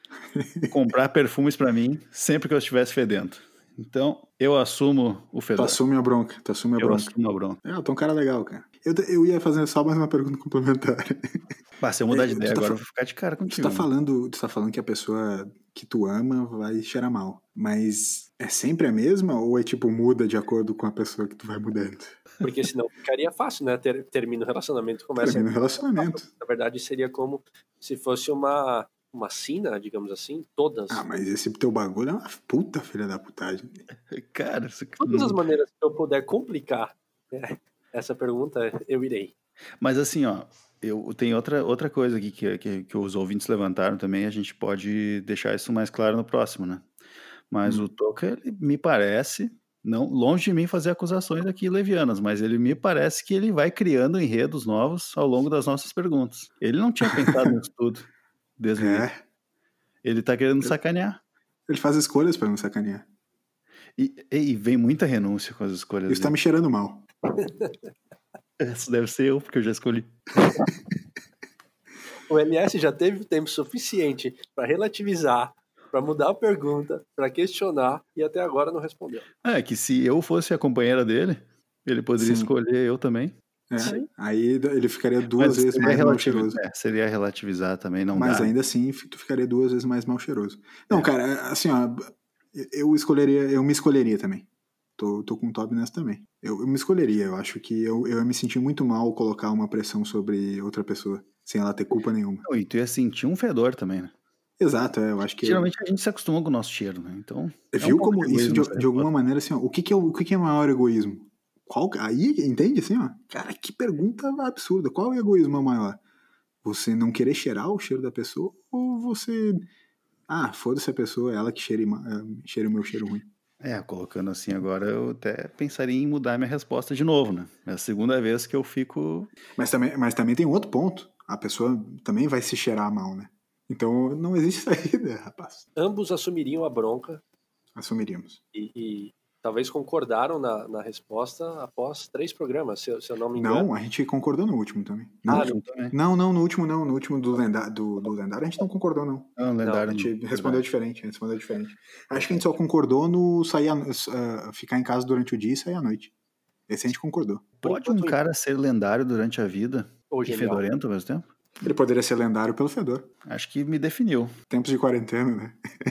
comprar perfumes pra mim sempre que eu estivesse fedendo. Então, eu assumo o Tu fedor. assume a bronca, tu assume a Eu bronca. assumo a bronca. É, eu tô um cara legal, cara. Eu, eu ia fazer só mais uma pergunta complementar. Bah, se eu mudar de É, tu ideia tá agora, fa- eu vou ficar de cara Tu contigo. tá né? falando, tu tá falando que a pessoa que tu ama vai cheirar mal. Mas é sempre a mesma ou é tipo muda de acordo com a pessoa que tu vai mudando? Porque senão ficaria fácil, né? Ter, termina o relacionamento, começa. Termina o relacionamento. Na verdade, seria como se fosse uma, uma sina, digamos assim, todas. Ah, mas esse teu bagulho é uma puta filha da putagem. Cara, isso... Todas as maneiras que eu puder complicar né, essa pergunta, eu irei. Mas assim, ó, eu tem outra, outra coisa aqui que, que, que os ouvintes levantaram também, a gente pode deixar isso mais claro no próximo, né? Mas Hum. o Toca, ele me parece, não longe de mim fazer acusações aqui levianas, mas ele me parece que ele vai criando enredos novos ao longo das nossas perguntas. Ele não tinha pensado nisso tudo desde o início. É, Ele tá querendo sacanear. ele faz escolhas pra não sacanear. E, e vem muita renúncia com as escolhas Isso tá dele. me cheirando mal. Isso deve ser eu, porque eu já escolhi. O L S já teve tempo suficiente para relativizar, para mudar a pergunta, para questionar e até agora não respondeu. É, que se eu fosse a companheira dele, ele poderia Sim. escolher eu também. É, Sim. aí ele ficaria duas Mas vezes seria mais mal relativi- cheiroso. é, seria relativizar também, não Mas dá. ainda assim, tu ficaria duas vezes mais mal cheiroso. Não, É. cara, assim, ó, eu escolheria, eu me escolheria também. Tô, tô com o Toby nessa também. Eu, eu me escolheria, eu acho que eu, eu ia me sentir muito mal colocar uma pressão sobre outra pessoa, sem ela ter culpa nenhuma. Não, e tu ia sentir um fedor também, né? Exato, é, eu acho que... Geralmente a gente se acostumou com o nosso cheiro, né? Então. é um Viu pouco como de isso, egoísmo de, essa de alguma resposta. maneira, assim, ó, o que que é, o o que que é maior egoísmo? Qual, aí, entende, assim, ó, cara, que pergunta absurda. Qual egoísmo é maior? Você não querer cheirar o cheiro da pessoa ou você... Ah, foda-se a pessoa, é ela que cheire, ma- eh, cheire o meu cheiro ruim. É, colocando assim agora, eu até pensaria em mudar minha resposta de novo, né? É a segunda vez que eu fico. Mas também, mas também tem outro ponto. A pessoa também vai se cheirar mal, né? Então não existe saída, rapaz. Ambos assumiriam a bronca Assumiríamos. e, e talvez concordaram na, na resposta após três programas, se, eu- se eu não me engano. Não, a gente concordou no último também. No Ah, último- também. não, não, no último não. No último do lendário, do, do lendário a gente não concordou, não. Não, lendário. A gente não, respondeu diferente, respondeu diferente. Acho que a gente só concordou no sair a, uh, ficar em casa durante o dia e sair à noite. Esse a gente concordou. Pode um cara ser lendário durante a vida Ou e genial. fedorento ao mesmo tempo? Ele poderia ser lendário pelo fedor. Acho que me definiu. Tempos de quarentena, né?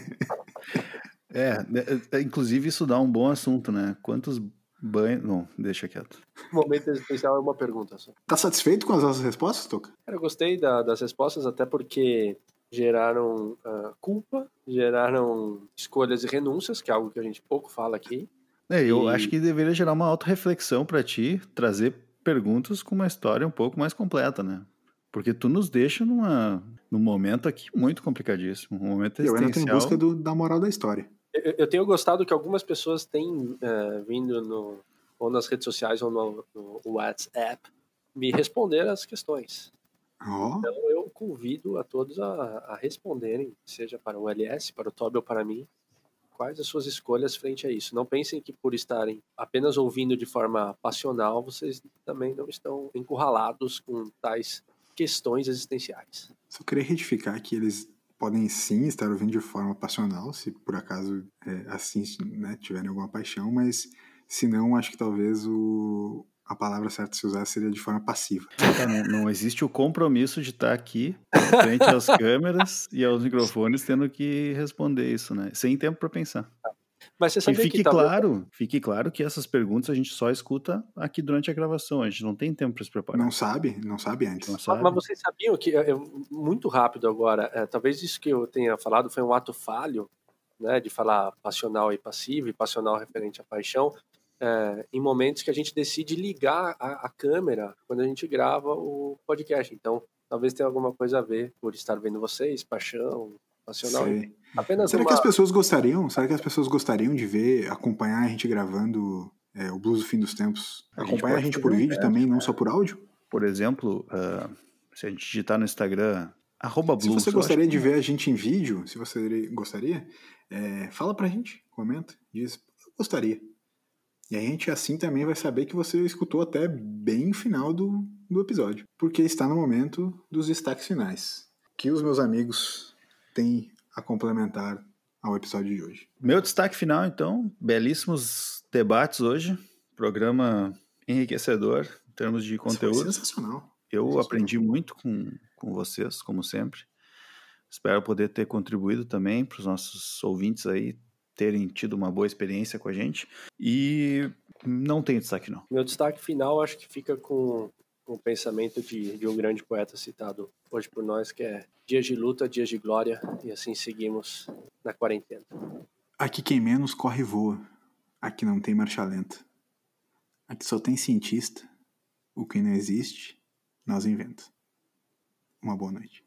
É, inclusive isso dá um bom assunto, né? Quantos banhos... Não, deixa quieto. Momento existencial é uma pergunta só. Tá satisfeito com as nossas respostas, Toca? Eu gostei da, das respostas, até porque geraram uh, culpa, geraram escolhas e renúncias, que é algo que a gente pouco fala aqui. É, eu e... acho que deveria gerar uma autorreflexão para ti, trazer perguntas com uma história um pouco mais completa, né? Porque tu nos deixa numa, num momento aqui muito complicadíssimo, um momento existencial. Eu ainda tô em busca do, da moral da história. Eu, eu tenho gostado que algumas pessoas têm uh, vindo no, ou nas redes sociais ou no, no WhatsApp me responder as questões. Oh. Então eu convido a todos a, a responderem, seja para o L S, para o Toby ou para mim, quais as suas escolhas frente a isso. Não pensem que por estarem apenas ouvindo de forma passional, vocês também não estão encurralados com tais questões existenciais. Só queria retificar que eles podem sim estar ouvindo de forma passional, se por acaso é, assim, né, tiverem alguma paixão, mas se não, acho que talvez o, a palavra certa a se usar seria de forma passiva. É, não, não existe o compromisso de estar aqui frente às câmeras e aos microfones tendo que responder isso, né? Sem tempo para pensar. Mas você e sabia fique que claro, talvez... fique claro que essas perguntas a gente só escuta aqui durante a gravação, a gente não tem tempo para se preparar. Não sabe, não sabe antes. Não sabe. Mas vocês sabiam que, muito rápido agora, é, talvez isso que eu tenha falado foi um ato falho, né, de falar passional e passivo, e passional referente à paixão, é, em momentos que a gente decide ligar a, a câmera quando a gente grava o podcast. Então, talvez tenha alguma coisa a ver por estar vendo vocês, paixão, passional. Sei. Apenas Será uma... que as pessoas gostariam? Será que as pessoas gostariam de ver, acompanhar a gente gravando é, o Blues do Fim dos Tempos? A Acompanhar a gente gente pode por fazer um vídeo teste, também, né? não só por áudio? Por exemplo, uh, se a gente digitar no Instagram, arroba Blues. Se você gostaria de ver a gente em vídeo, se você gostaria, é, fala pra gente, comenta, diz, eu gostaria. E a gente assim também vai saber que você escutou até bem o final do, do episódio, porque está no momento dos destaques finais, que os meus amigos têm a complementar ao episódio de hoje. Meu destaque final, então, belíssimos debates hoje, programa enriquecedor em termos de conteúdo. Foi sensacional. Eu sensacional. aprendi muito com, com vocês, como sempre. Espero poder ter contribuído também para os nossos ouvintes aí terem tido uma boa experiência com a gente. E não tem destaque, não. Meu destaque final acho que fica com, com o pensamento de, de um grande poeta citado hoje por nós, que é dias de luta, dias de glória, e assim seguimos na quarentena. Aqui quem menos corre voa. Aqui não tem marcha lenta. Aqui só tem cientista. O que não existe, nós inventa. Uma boa noite.